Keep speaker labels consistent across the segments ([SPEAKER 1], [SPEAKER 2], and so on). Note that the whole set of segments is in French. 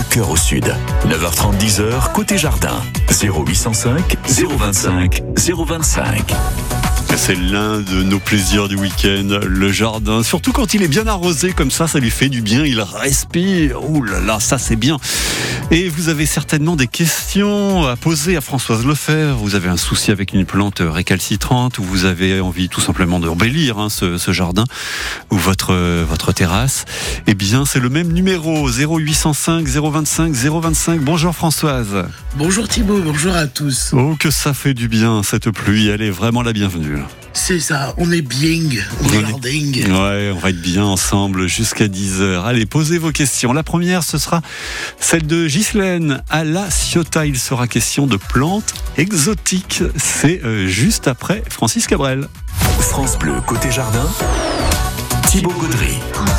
[SPEAKER 1] cœur au sud. 9h30, 10h, côté jardin. 0805 025 025.
[SPEAKER 2] C'est l'un de nos plaisirs du week-end, le jardin. Surtout quand il est bien arrosé comme ça lui fait du bien, il respire. Ouh là là, ça c'est bien. Et vous avez certainement des questions à poser à Françoise Lefebvre. Vous avez un souci avec une plante récalcitrante ou vous avez envie tout simplement d'embellir ce jardin ou votre terrasse. Eh bien, c'est le même numéro, 0805 025 025. Bonjour Françoise.
[SPEAKER 3] Bonjour Thibaut, bonjour à tous.
[SPEAKER 2] Oh, que ça fait du bien cette pluie, elle est vraiment la bienvenue.
[SPEAKER 3] C'est ça, on est bien, on est jarding.
[SPEAKER 2] Ouais, on va être bien ensemble jusqu'à 10h. Allez, posez vos questions. La première, ce sera celle de Ghislaine à La Ciotat. Il sera question de plantes exotiques. C'est juste après Francis Cabrel.
[SPEAKER 1] France Bleu, côté jardin, Thibaut Gaudry.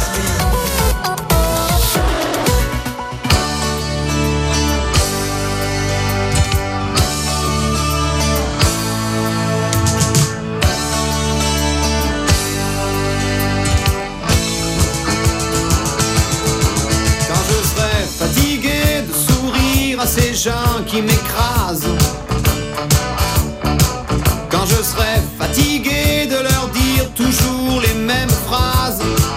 [SPEAKER 4] À ces gens qui m'écrasent, quand je serai fatigué de leur dire toujours les mêmes phrases,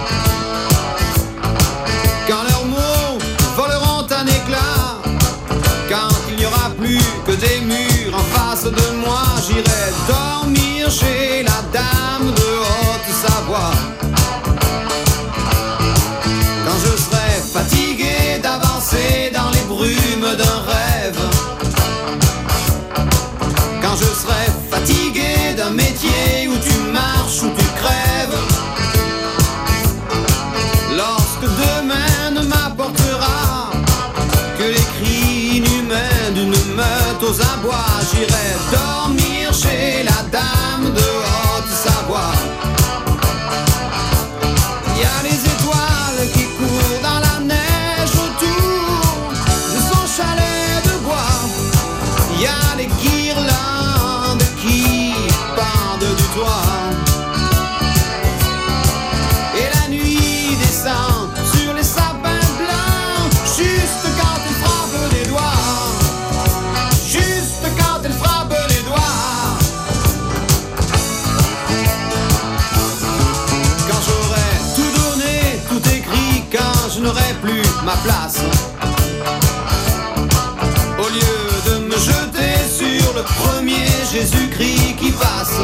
[SPEAKER 4] quand leurs mots voleront un éclat, quand il n'y aura plus que des murs en face de moi, j'irai dormir chez la dame de Haute-Savoie. Quand je serai fatigué d'avancer dans les brumes d'un rêve, quand je serai fatigué d'un métier où tu marches, où tu crèves, lorsque demain ne m'apportera que les cris inhumains d'une meute aux abois, j'irai dormir chez la dame de Haute-Savoie. Il y a les étoiles qui courent dans la neige autour de son chalet de bois. Il y a les guirlandes qui pendent du toit. Et la nuit descend sur les sapins blancs, juste quand elle frappe les doigts. Juste quand elle frappe les doigts. Quand j'aurai tout donné, tout écrit, quand je n'aurai plus ma place, au lieu de me jeter sur le premier Jésus-Christ qui passe,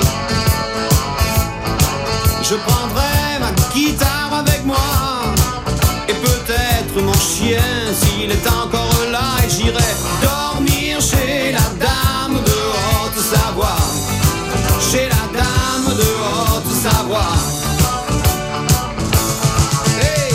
[SPEAKER 4] je prendrai ma guitare avec moi et peut-être mon chien s'il est encore là, et j'irai dormir chez la dame de Haute-Savoie. Chez la dame de Haute-Savoie. Hey!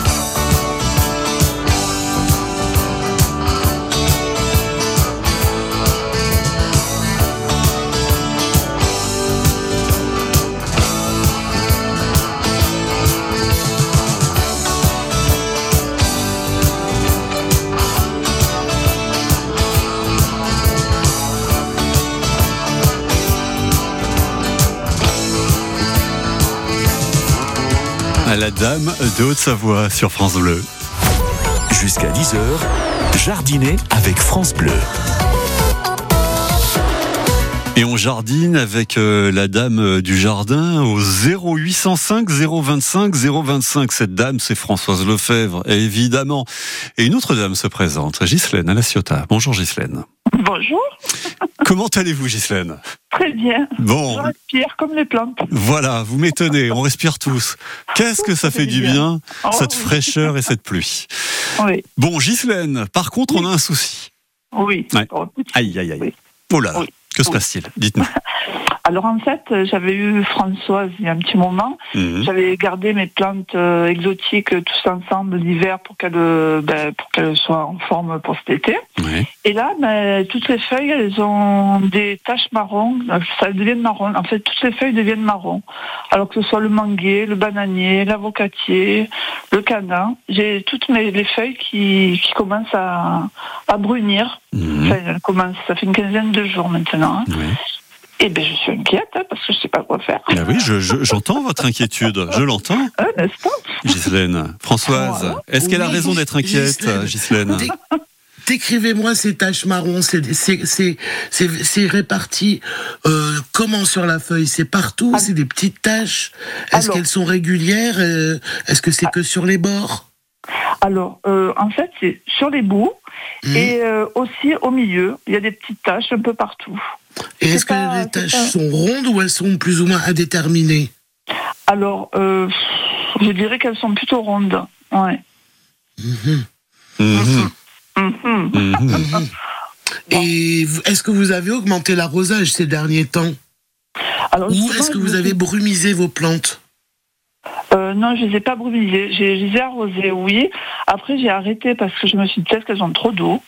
[SPEAKER 2] À la dame de Haute-Savoie sur France Bleu.
[SPEAKER 1] Jusqu'à 10h, jardiner avec France Bleu.
[SPEAKER 2] Et on jardine avec la dame du jardin au 0805 025 025. Cette dame, c'est Françoise Lefebvre, évidemment. Et une autre dame se présente, Ghislaine à La Ciotat. Bonjour Ghislaine.
[SPEAKER 5] Bonjour.
[SPEAKER 2] Comment allez-vous Ghislaine ?
[SPEAKER 5] Très bien.
[SPEAKER 2] Bon.
[SPEAKER 5] Je respire comme les plantes.
[SPEAKER 2] Voilà, vous m'étonnez, on respire tous. Qu'est-ce que ça fait du bien, cette fraîcheur et cette pluie.
[SPEAKER 5] Oui.
[SPEAKER 2] Bon Ghislaine, par contre on a un souci.
[SPEAKER 5] Oui.
[SPEAKER 2] Ouais.
[SPEAKER 5] Oh,
[SPEAKER 2] Aïe aïe aïe.
[SPEAKER 5] Oui.
[SPEAKER 2] Oh là là.
[SPEAKER 5] Oui.
[SPEAKER 2] Que se passe-t-il ? Dites-nous.
[SPEAKER 5] Alors en fait, j'avais eu Françoise il y a un petit moment. J'avais gardé mes plantes exotiques tous ensemble l'hiver pour qu'elles soient en forme pour cet été.
[SPEAKER 2] Ouais.
[SPEAKER 5] Et là, toutes les feuilles, elles ont des taches marron. Ça devient marron. En fait, toutes les feuilles deviennent marron. Alors que ce soit le manguier, le bananier, l'avocatier, le canin, j'ai toutes les feuilles qui commencent à brunir. Enfin, ça fait une quinzaine de jours maintenant. Hein.
[SPEAKER 2] Ouais.
[SPEAKER 5] Eh bien, je suis inquiète, parce que je ne sais pas quoi faire.
[SPEAKER 2] Ah oui, j'entends votre inquiétude, je l'entends.
[SPEAKER 5] N'est-ce pas ?
[SPEAKER 2] Ghislaine, Françoise,
[SPEAKER 5] Voilà.
[SPEAKER 2] est-ce qu'elle a raison d'être inquiète, Ghislaine ?
[SPEAKER 3] Décrivez-moi ces taches marron, c'est réparti comment sur la feuille? C'est partout? C'est des petites taches? Est-ce qu'elles sont régulières? Est-ce que c'est que sur les bords?
[SPEAKER 5] Alors, en fait, c'est sur les bouts et aussi au milieu. Il y a des petites taches un peu partout.
[SPEAKER 3] Et est-ce que les taches sont rondes ou elles sont plus ou moins indéterminées?
[SPEAKER 5] Alors, je dirais qu'elles sont plutôt rondes. Ouais.
[SPEAKER 3] Et est-ce que vous avez augmenté l'arrosage ces derniers temps?
[SPEAKER 5] Alors,
[SPEAKER 3] ou est-ce que vous avez brumisé vos plantes?
[SPEAKER 5] Non, je ne les ai pas brumisées. Je les ai arrosées, oui. Après, j'ai arrêté parce que je me suis dit peut-être qu'elles ont trop d'eau.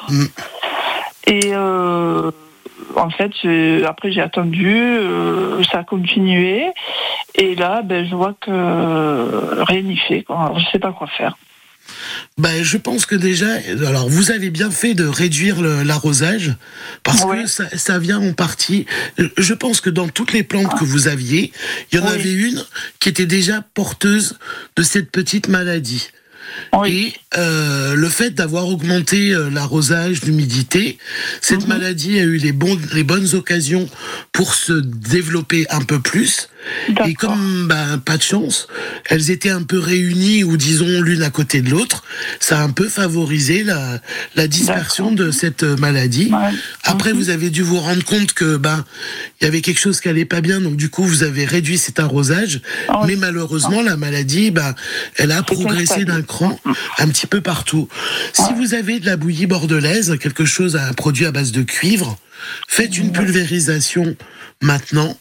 [SPEAKER 5] Et en fait, après, j'ai attendu. Ça a continué. Et là, je vois que rien n'y fait. Alors, je ne sais pas quoi faire.
[SPEAKER 3] Je pense que déjà, alors vous avez bien fait de réduire l'arrosage parce que ça vient en partie. Je pense que dans toutes les plantes que vous aviez, il y en avait une qui était déjà porteuse de cette petite maladie. Et le fait d'avoir augmenté l'arrosage, l'humidité, cette maladie a eu les bonnes occasions pour se développer un peu plus. Et comme pas de chance, elles étaient un peu réunies ou disons l'une à côté de l'autre, ça a un peu favorisé la dispersion de cette maladie. Après, vous avez dû vous rendre compte que il y avait quelque chose qui allait pas bien, donc du coup vous avez réduit cet arrosage. Mais malheureusement, la maladie, elle a progressé d'un cran un petit peu partout. Si vous avez de la bouillie bordelaise, quelque chose, un produit à base de cuivre, faites une pulvérisation maintenant.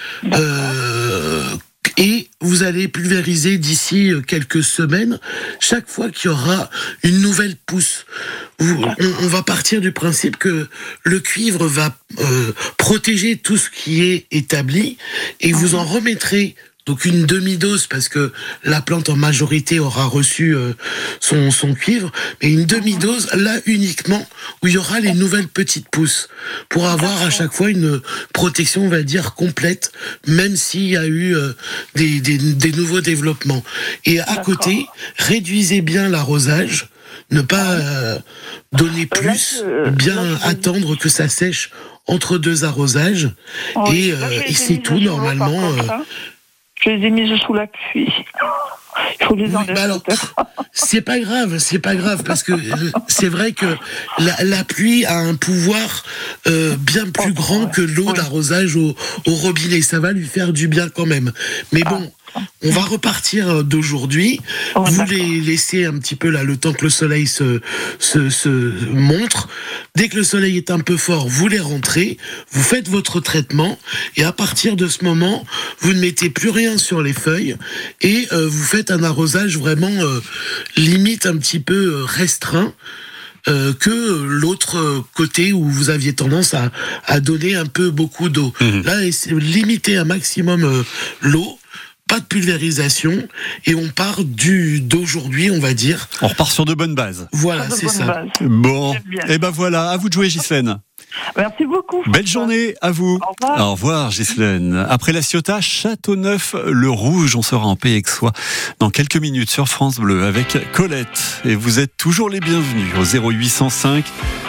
[SPEAKER 3] Et vous allez pulvériser d'ici quelques semaines chaque fois qu'il y aura une nouvelle pousse. On va partir du principe que le cuivre va protéger tout ce qui est établi et vous en remettrez donc une demi-dose parce que la plante en majorité aura reçu son cuivre, mais une demi-dose là uniquement où il y aura les nouvelles petites pousses pour avoir à chaque fois une protection, on va dire, complète, même s'il y a eu des nouveaux développements. Et à côté, réduisez bien l'arrosage, ne pas donner plus, bien attendre que ça sèche entre deux arrosages et c'est tout normalement.
[SPEAKER 5] Je les ai mises sous la pluie. Il faut les enlever.
[SPEAKER 3] Alors, c'est pas grave, parce que c'est vrai que la pluie a un pouvoir bien plus grand que l'eau d'arrosage au robinet. Ça va lui faire du bien quand même. Mais bon, on va repartir d'aujourd'hui. Vous les laissez un petit peu là, le temps que le soleil se montre. Dès que le soleil est un peu fort, vous les rentrez, vous faites votre traitement, et à partir de ce moment, vous ne mettez plus rien sur les feuilles, et vous faites un arrosage vraiment limite un petit peu restreint, que l'autre côté où vous aviez tendance à donner un peu beaucoup d'eau. Là, limitez un maximum l'eau. Pas de pulvérisation, et on part d'aujourd'hui, on va dire.
[SPEAKER 2] On repart sur de bonnes bases.
[SPEAKER 3] Voilà, c'est ça.
[SPEAKER 2] Bon, et voilà, à vous de jouer, Ghislaine.
[SPEAKER 5] Merci beaucoup.
[SPEAKER 2] Belle journée à vous.
[SPEAKER 5] Au revoir.
[SPEAKER 2] Au revoir, Ghislaine. Après la Ciotat, Châteauneuf-le-Rouge, on sera en paix avec soi dans quelques minutes sur France Bleu avec Colette. Et vous êtes toujours les bienvenus au 0805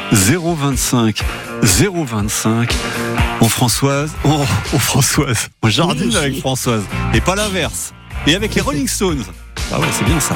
[SPEAKER 2] 025 025. Françoise, on jardine avec Françoise, et pas l'inverse. Et avec les Rolling Stones. Ah ouais, c'est bien ça.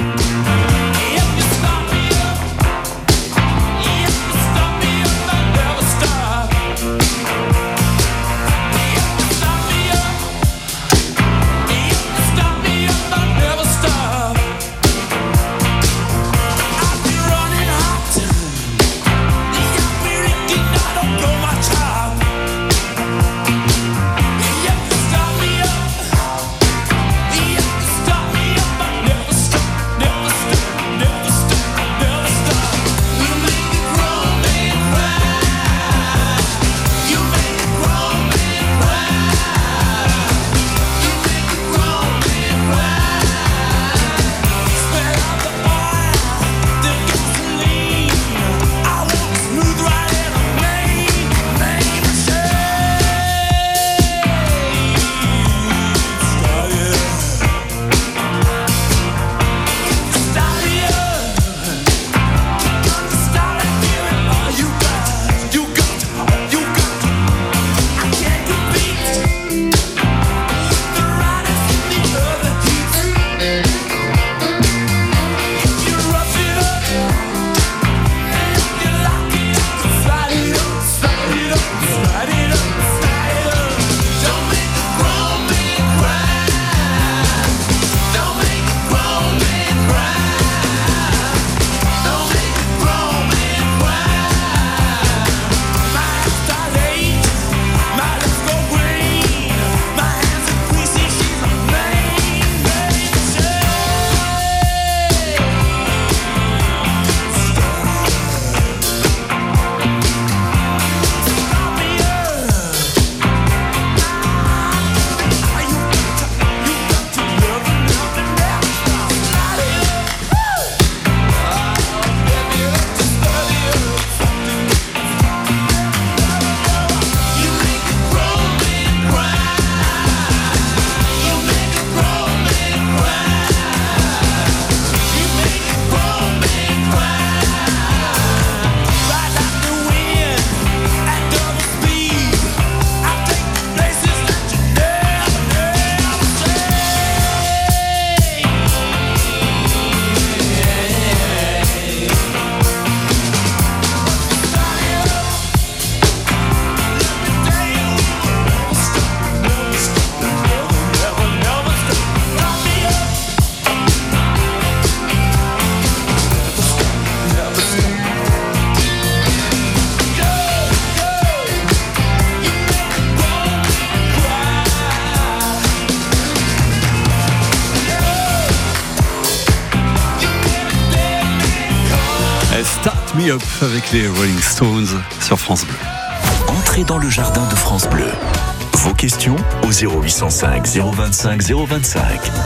[SPEAKER 2] Me Up avec les Rolling Stones sur France Bleu.
[SPEAKER 1] Entrez dans le jardin de France Bleu. Vos questions au 0805 025 025.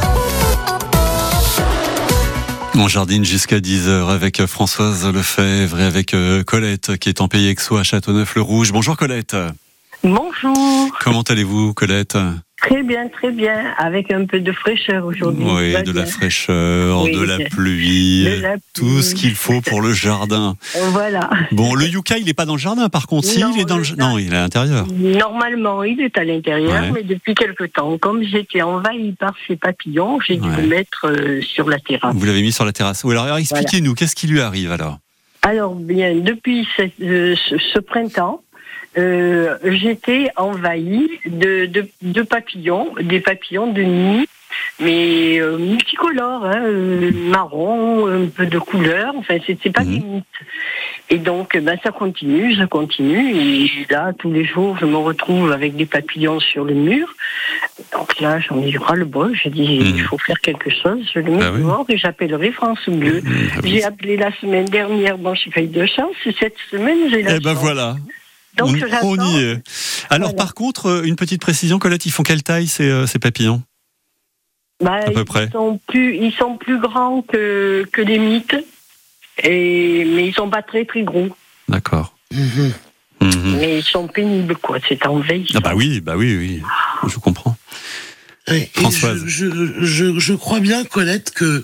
[SPEAKER 2] On jardine jusqu'à 10h avec Françoise Lefebvre et avec Colette qui est en Pays Exo à Châteauneuf-le-Rouge. Bonjour Colette.
[SPEAKER 6] Bonjour.
[SPEAKER 2] Comment allez-vous Colette ?
[SPEAKER 6] Très bien, avec un peu de fraîcheur aujourd'hui.
[SPEAKER 2] Oui, de la fraîcheur, de la pluie, tout ce qu'il faut pour le jardin.
[SPEAKER 6] Voilà.
[SPEAKER 2] Bon, le yucca, il n'est pas dans le jardin par contre,
[SPEAKER 6] Non,
[SPEAKER 2] il est dans le... Non, il est à l'intérieur.
[SPEAKER 6] Normalement, il est à l'intérieur,
[SPEAKER 2] Ouais.
[SPEAKER 6] mais depuis quelque temps, comme j'étais envahie par ces papillons, j'ai dû le mettre sur la terrasse.
[SPEAKER 2] Vous l'avez mis sur la terrasse. Ou alors, expliquez-nous, qu'est-ce qui lui arrive alors ?
[SPEAKER 6] Alors, bien, depuis ce printemps, j'étais envahie de papillons, des papillons de nuit, mais multicolores, marron, un peu de couleur, enfin c'est pas des mythes. Et donc ça continue, et là tous les jours je me retrouve avec des papillons sur le mur. Donc là j'en ai ras le bol, j'ai dit il faut faire quelque chose, je le mets dehors et j'appellerai France Bleu. J'ai appelé la semaine dernière, bon j'ai pas eu de chance, et cette semaine j'ai la chance.
[SPEAKER 2] Ben voilà.
[SPEAKER 6] Donc,
[SPEAKER 2] on y est. Alors par contre, une petite précision, Colette, ils font quelle taille ces papillons ? À peu près.
[SPEAKER 6] Ils sont plus grands que les mythes, mais ils sont pas très très gros.
[SPEAKER 2] D'accord.
[SPEAKER 6] Mais ils sont pénibles, quoi. C'est envahissant.
[SPEAKER 2] Ah bah oui. Je comprends. Françoise.
[SPEAKER 3] Je crois bien, Colette, que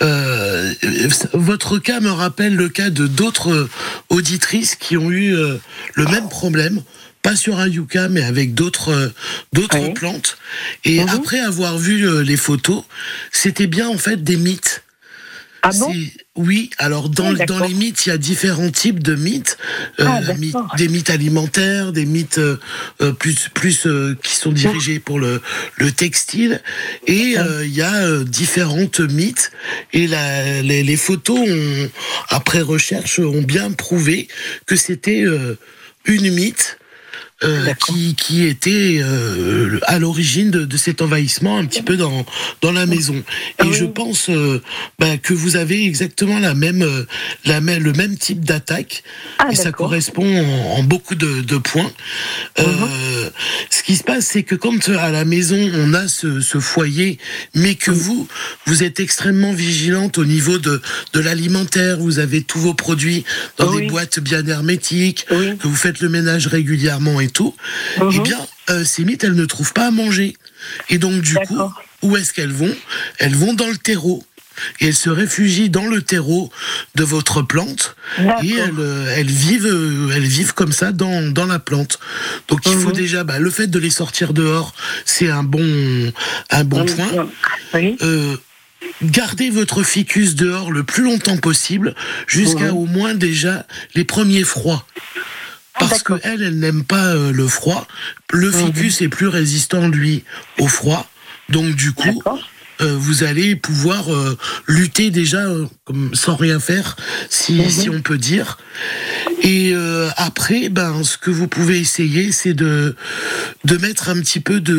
[SPEAKER 3] votre cas me rappelle le cas de d'autres auditrices qui ont eu le même problème, pas sur un yucca, mais avec d'autres plantes. Et après avoir vu les photos, c'était bien en fait des mythes.
[SPEAKER 6] Ah bon ?
[SPEAKER 3] Oui, alors dans les mythes, il y a différents types de mythes. Des mythes alimentaires, des mythes plus qui sont dirigés pour le textile. Et il y a différentes mythes. Et les photos, après recherche, ont bien prouvé que c'était une mythe. Qui était à l'origine de cet envahissement un petit peu dans la maison. Et je pense que vous avez exactement le même type d'attaque. Et ça correspond en beaucoup de points. Ce qui se passe, c'est que quand à la maison on a ce foyer, mais que vous êtes extrêmement vigilante au niveau de l'alimentaire, vous avez tous vos produits dans des boîtes bien hermétiques, que vous faites le ménage régulièrement et tout, eh bien, ces mythes, elles ne trouvent pas à manger. Et donc, du coup, où est-ce qu'elles vont ? Elles vont dans le terreau. Et elles se réfugient dans le terreau de votre plante. Et elles vivent comme ça dans la plante. Donc, il faut déjà, le fait de les sortir dehors, c'est un bon point. Gardez votre ficus dehors le plus longtemps possible, jusqu'à au moins déjà les premiers froids. Parce qu'elle n'aime pas le froid. Le ficus est plus résistant, lui, au froid. Donc, du coup, vous allez pouvoir lutter déjà sans rien faire, si on peut dire. Et après, ce que vous pouvez essayer, c'est de mettre un petit peu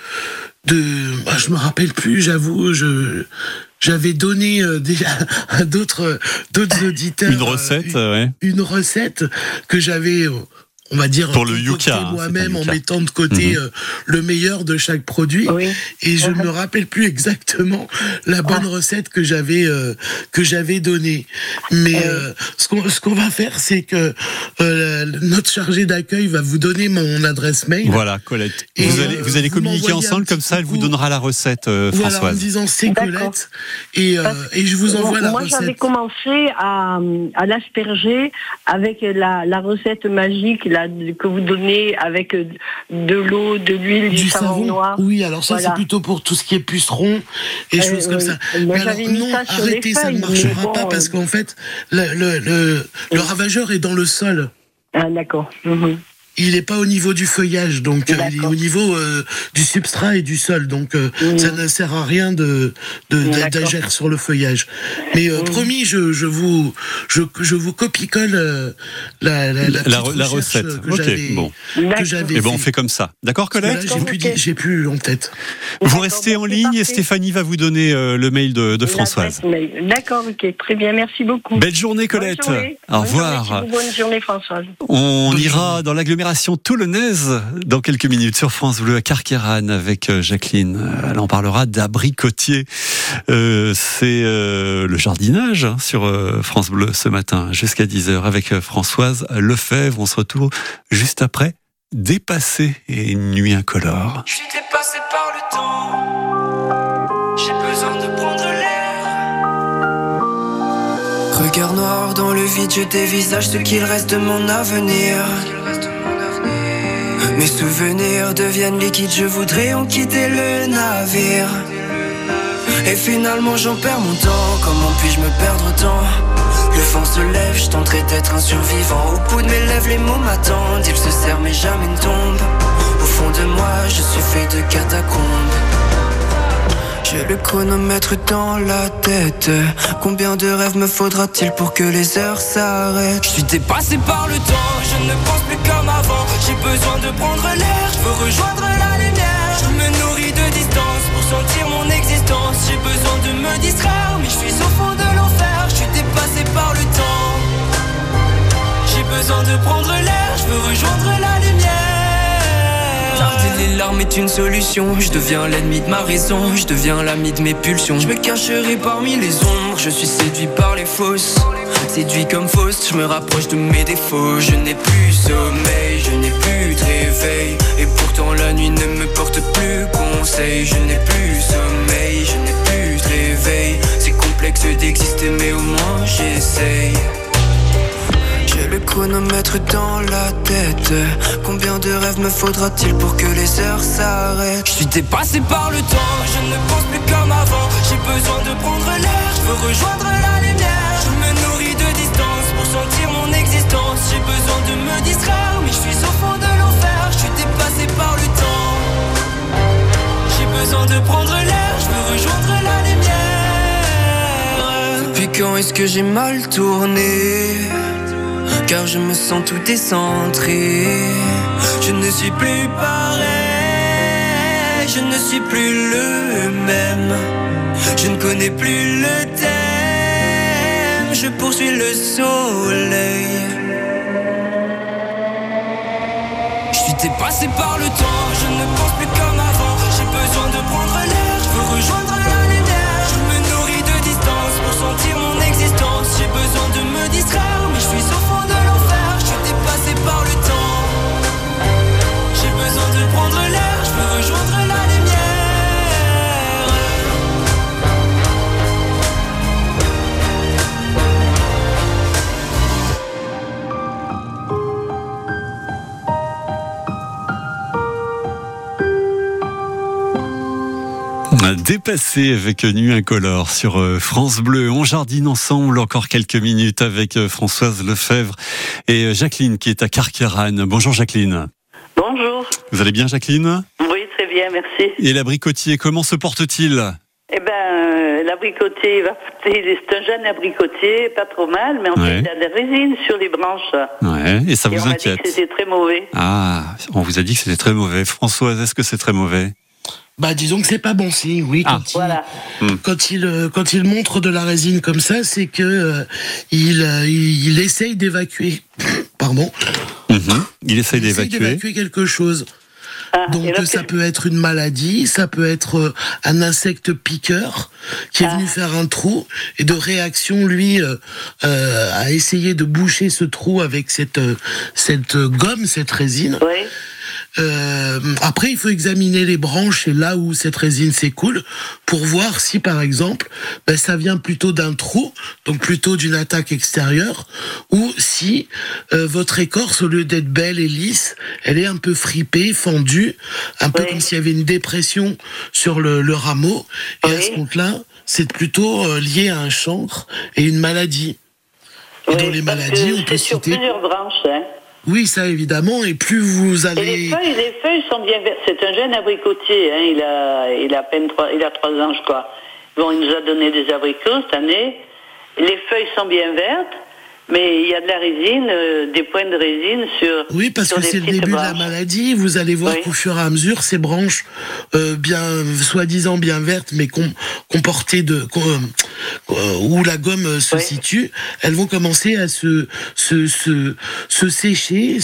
[SPEAKER 3] je me rappelle plus, j'avoue, j'avais donné déjà à d'autres auditeurs une recette que j'avais, on va dire,
[SPEAKER 2] pour le yucca,
[SPEAKER 3] moi-même, en mettant de côté le meilleur de chaque produit. Et je me rappelle plus exactement la bonne recette que j'avais donnée. Mais ce qu'on va faire, c'est que notre chargé d'accueil va vous donner mon adresse mail.
[SPEAKER 2] Voilà, Colette. Et vous allez communiquer ensemble, comme ça, elle vous donnera la recette, Françoise.
[SPEAKER 3] Voilà, en disant c'est Colette. Et je vous envoie la recette.
[SPEAKER 6] Moi, j'avais commencé à l'asperger avec la recette magique que vous donnez avec de l'eau, de l'huile, du savon noir.
[SPEAKER 3] Oui, alors ça, c'est plutôt pour tout ce qui est puceron et choses comme ça. Mais alors non, arrêtez, ça ne marchera pas parce qu'en fait, le ravageur est dans le sol.
[SPEAKER 6] Ah, d'accord.
[SPEAKER 3] il n'est pas au niveau du feuillage, donc il est au niveau du substrat et du sol, donc ça ne sert à rien d'agir sur le feuillage. Mais promis, je vous copie-colle la
[SPEAKER 2] recette.
[SPEAKER 3] Que j'avais
[SPEAKER 2] Et bon, on fait comme ça. D'accord, Colette?
[SPEAKER 3] J'ai plus en tête.
[SPEAKER 2] Vous restez en ligne et Stéphanie va vous donner le mail de Françoise.
[SPEAKER 6] D'accord, ok, très bien, merci beaucoup.
[SPEAKER 2] Belle journée, Colette.
[SPEAKER 6] Bonne journée.
[SPEAKER 2] Au revoir.
[SPEAKER 6] Bonne journée, Françoise.
[SPEAKER 2] On ira dans l'agglomération toulonnaise dans quelques minutes sur France Bleu à Carqueiranne avec Jacqueline. Elle en parlera d'abricotier. C'est le jardinage sur France Bleu ce matin jusqu'à 10h avec Françoise Lefebvre. On se retrouve juste après Dépassé et une nuit incolore.
[SPEAKER 7] Je suis dépassé par le temps, j'ai besoin de prendre l'air. Regard noir dans le vide, je dévisage ce qu'il reste de mon avenir. Mes souvenirs deviennent liquides, je voudrais en quitter le navire. Et finalement j'en perds mon temps, comment puis-je me perdre autant? Le vent se lève, je tenterai d'être un survivant. Au bout de mes lèvres, les mots m'attendent. Ils se serrent mais jamais ne tombent. Au fond de moi, je suis fait de catacombes. J'ai le chronomètre dans la tête. Combien de rêves me faudra-t-il pour que les heures s'arrêtent? Je suis dépassé par le temps, je ne pense plus comme avant. J'ai besoin de prendre l'air, je veux rejoindre la lumière. Je me nourris de distance pour sentir mon existence. J'ai besoin de me distraire, mais je suis au fond de l'enfer. Je suis dépassé par le temps. J'ai besoin de prendre l'air, je veux rejoindre la lumière. Tarder les larmes est une solution. Je deviens l'ennemi de ma raison, je deviens l'ami de mes pulsions. Je me cacherai parmi les ombres, je suis séduit par les fausses. Séduit comme fausse, je me rapproche de mes défauts. Je n'ai plus sommeil, je n'ai plus de réveil. Et pourtant la nuit ne me porte plus conseil. Je n'ai plus sommeil, je n'ai plus de réveil. C'est complexe d'exister mais au moins j'essaye. J'ai le chronomètre dans la tête. Combien de rêves me faudra-t-il pour que les heures s'arrêtent? Je suis dépassé par le temps, je ne pense plus comme avant. J'ai besoin de prendre l'air, je veux rejoindre la lumière. Je me nourris de distance pour sentir mon existence. J'ai besoin de me distraire, mais je suis au fond de l'enfer. Je suis dépassé par le temps. J'ai besoin de prendre l'air, je veux rejoindre la lumière. Depuis quand est-ce que j'ai mal tourné? Car je me sens tout décentré. Je ne suis plus pareil, je ne suis plus le même. Je ne connais plus le thème, je poursuis le soleil. Je suis dépassé par le temps, je ne pense plus comme avant. J'ai besoin de prendre l'air, je veux rejoindre la lumière. Je me nourris de distance pour sentir mon existence. J'ai besoin de me distraire, mais je suis au fond de l'enfer. Je suis dépassé par le temps. J'ai besoin de prendre l'air, je veux rejoindre la lumière.
[SPEAKER 2] Dépassé avec Nuit incolore sur France Bleu. On jardine ensemble encore quelques minutes avec Françoise Lefebvre et Jacqueline qui est à Carqueiranne. Bonjour Jacqueline.
[SPEAKER 8] Bonjour.
[SPEAKER 2] Vous allez bien Jacqueline?
[SPEAKER 8] Oui, très bien, merci.
[SPEAKER 2] Et l'abricotier, comment se porte-t-il?
[SPEAKER 8] Eh ben, l'abricotier, c'est un jeune abricotier, pas trop mal, mais en fait, il y a des résines sur les branches.
[SPEAKER 2] Ouais, et ça vous
[SPEAKER 8] on
[SPEAKER 2] inquiète?
[SPEAKER 8] m'a dit que c'était très mauvais.
[SPEAKER 2] Ah, on vous a dit que c'était très mauvais. Françoise, est-ce que c'est très mauvais?
[SPEAKER 3] Bah, disons que c'est pas bon signe, oui. Quand il montre de la résine comme ça, c'est que il essaye d'évacuer. Pardon.
[SPEAKER 2] Il essaye d'évacuer
[SPEAKER 3] quelque chose. Donc ça peut être une maladie, ça peut être un insecte piqueur qui est venu faire un trou et de réaction, lui, a essayé de boucher ce trou avec cette gomme, cette résine.
[SPEAKER 8] Oui.
[SPEAKER 3] Après, il faut examiner les branches et là où cette résine s'écoule pour voir si, par exemple, ça vient plutôt d'un trou, donc plutôt d'une attaque extérieure, ou si votre écorce, au lieu d'être belle et lisse, elle est un peu fripée, fendue, un peu comme s'il y avait une dépression sur le rameau. Et à ce compte-là, c'est plutôt lié à un chancre et une maladie. Et dans les maladies, on peut
[SPEAKER 8] sur
[SPEAKER 3] citer...
[SPEAKER 8] plusieurs branches, hein.
[SPEAKER 3] Oui, ça évidemment, et plus vous
[SPEAKER 8] Et
[SPEAKER 3] allez...
[SPEAKER 8] les feuilles sont bien vertes. C'est un jeune abricotier, hein. Il a à peine 3 ans, je crois. Bon, il nous a donné des abricots cette année. Les feuilles sont bien vertes, mais il y a de la résine, des points de résine sur.
[SPEAKER 3] Oui, parce
[SPEAKER 8] sur
[SPEAKER 3] que c'est le début
[SPEAKER 8] branches.
[SPEAKER 3] de la maladie. Vous allez voir qu'au fur et à mesure, ces branches, soi-disant bien vertes, mais comportées où la gomme se situe, elles vont commencer à se sécher.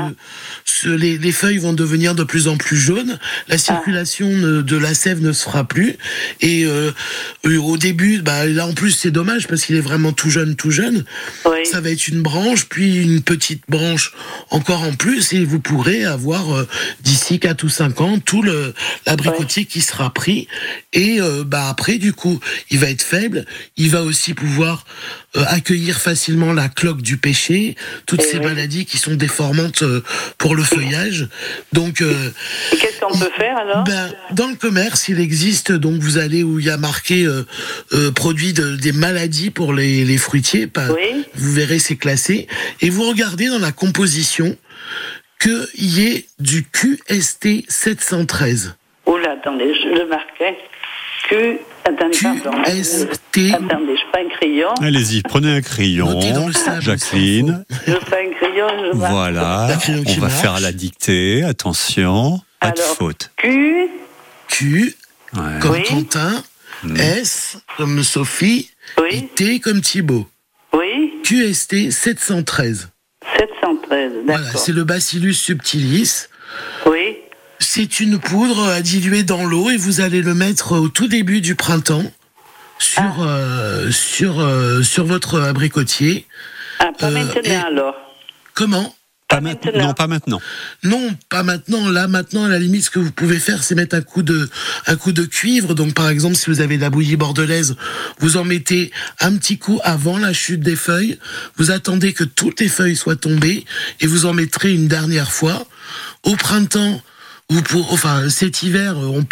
[SPEAKER 3] Les feuilles vont devenir de plus en plus jaunes. La circulation de la sève ne se fera plus. Et au début, là en plus c'est dommage parce qu'il est vraiment tout jeune.
[SPEAKER 8] Oui.
[SPEAKER 3] Ça va être une branche, puis une petite branche encore en plus, et vous pourrez avoir d'ici 4 ou 5 ans tout l'abricotier qui sera pris. Et après, du coup, il va être faible. Il va aussi pouvoir accueillir facilement la cloque du pêcher, toutes ces maladies qui sont déformantes pour le feuillage. Donc,
[SPEAKER 8] et qu'est-ce qu'on peut faire alors?
[SPEAKER 3] Dans le commerce, il existe, donc vous allez où il y a marqué produit des maladies pour les fruitiers. Vous verrez, c'est classé. Et vous regardez dans la composition qu'il y ait du QST 713.
[SPEAKER 8] Oh là, attendez, je le marquais. Attendez, pardon. Attendez, je prends un crayon.
[SPEAKER 2] Allez-y, prenez un crayon. Jacqueline.
[SPEAKER 8] Je prends un crayon, je marque.
[SPEAKER 2] Voilà, on va faire la dictée. Attention, pas de faute.
[SPEAKER 3] Q comme Quentin, S comme Sophie, et T comme Thibaut.
[SPEAKER 8] Oui.
[SPEAKER 3] QST 713.
[SPEAKER 8] 713, d'accord.
[SPEAKER 3] Voilà, c'est le Bacillus subtilis.
[SPEAKER 8] Oui.
[SPEAKER 3] C'est une poudre à diluer dans l'eau et vous allez le mettre au tout début du printemps sur votre abricotier.
[SPEAKER 8] Pas maintenant alors.
[SPEAKER 3] Comment ?
[SPEAKER 2] Non, pas maintenant.
[SPEAKER 3] Non, pas maintenant. Là, maintenant, à la limite, ce que vous pouvez faire, c'est mettre un coup de cuivre. Donc, par exemple, si vous avez de la bouillie bordelaise, vous en mettez un petit coup avant la chute des feuilles. Vous attendez que toutes les feuilles soient tombées et vous en mettrez une dernière fois. Au printemps, cet hiver, on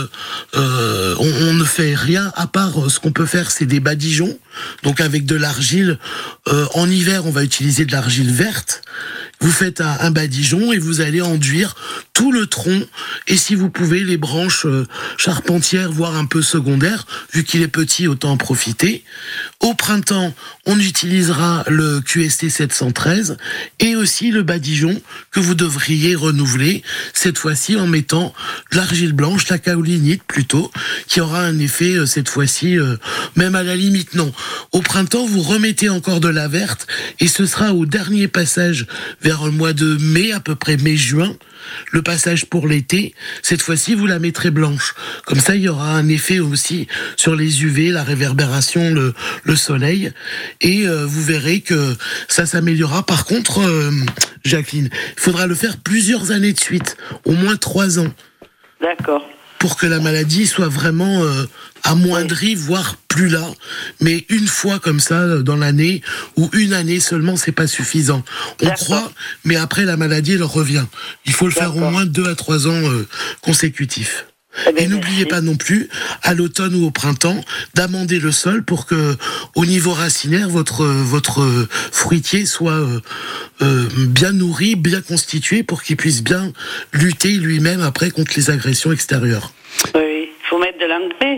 [SPEAKER 3] ne fait rien à part ce qu'on peut faire, c'est des badigeons. Donc avec de l'argile. En hiver, on va utiliser de l'argile verte. Vous faites un badigeon et vous allez enduire tout le tronc. Et si vous pouvez, les branches charpentières, voire un peu secondaires, vu qu'il est petit, autant en profiter. Au printemps, on utilisera le QST 713 et aussi le badigeon que vous devriez renouveler, cette fois-ci en mettant de l'argile blanche, la kaolinite plutôt, qui aura un effet cette fois-ci, même à la limite non. Au printemps, vous remettez encore de la verte et ce sera au dernier passage vers le mois de mai, à peu près mai-juin, le passage pour l'été. Cette fois-ci, vous la mettrez blanche. Comme ça, il y aura un effet aussi sur les UV, la réverbération, le soleil. Et vous verrez que ça s'améliorera. Par contre, Jacqueline, il faudra le faire plusieurs années de suite, au moins 3 ans.
[SPEAKER 8] D'accord.
[SPEAKER 3] Pour que la maladie soit vraiment amoindrie, voire plus là. Mais une fois comme ça dans l'année, ou une année seulement, c'est pas suffisant. On croit, mais après la maladie, elle revient. Il faut le faire au moins 2 à 3 ans consécutifs. Et n'oubliez pas non plus, à l'automne ou au printemps, d'amender le sol pour que, au niveau racinaire, votre fruitier soit bien nourri, bien constitué, pour qu'il puisse bien lutter lui-même après contre les agressions extérieures.
[SPEAKER 8] Oui, il faut mettre de l'engrais.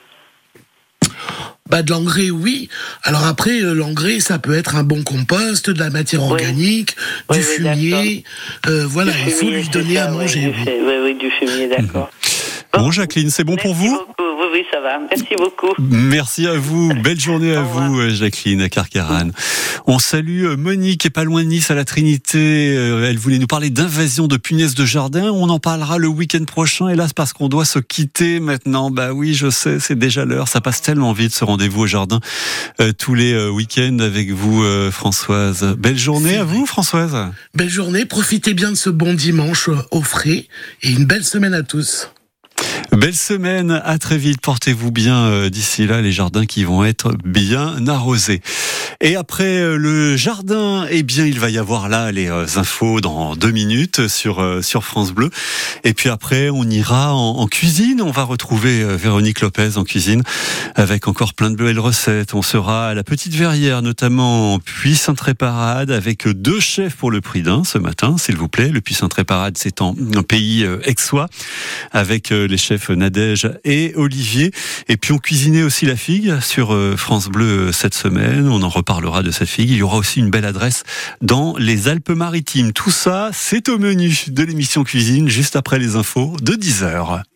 [SPEAKER 3] De l'engrais, oui. Alors après, l'engrais, ça peut être un bon compost, de la matière organique, du fumier. Voilà, il faut lui donner à manger.
[SPEAKER 8] Oui, du fumier, d'accord.
[SPEAKER 2] Bon, Jacqueline, c'est bon pour vous ?
[SPEAKER 8] Oui, ça va. Merci beaucoup.
[SPEAKER 2] Merci à vous. Belle journée à vous, Jacqueline, à Carcarane. On salue Monique, qui est pas loin de Nice, à la Trinité. Elle voulait nous parler d'invasion de punaises de jardin. On en parlera le week-end prochain. Hélas, parce qu'on doit se quitter maintenant. Oui, je sais, c'est déjà l'heure. Ça passe tellement vite, ce rendez-vous au jardin. Tous les week-ends avec vous, Françoise. Belle journée à vous, Françoise.
[SPEAKER 3] Belle journée. Profitez bien de ce bon dimanche au frais. Et une belle semaine à tous.
[SPEAKER 2] Belle semaine, à très vite, portez-vous bien d'ici là, les jardins qui vont être bien arrosés. Et après le jardin, eh bien il va y avoir là les infos dans 2 minutes sur France Bleu. Et puis après on ira en cuisine, on va retrouver Véronique Lopez en cuisine avec encore plein de belles recettes. On sera à la Petite Verrière, notamment Puy Sainte-Réparade, avec 2 chefs pour le prix d'un ce matin, s'il vous plaît. Le Puy Sainte-Réparade, c'est en pays aixois, avec les chefs Nadège et Olivier. Et puis on cuisinait aussi la figue sur France Bleu cette semaine. On en reparlera de cette figue. Il y aura aussi une belle adresse dans les Alpes-Maritimes. Tout ça, c'est au menu de l'émission Cuisine, juste après les infos de 10h.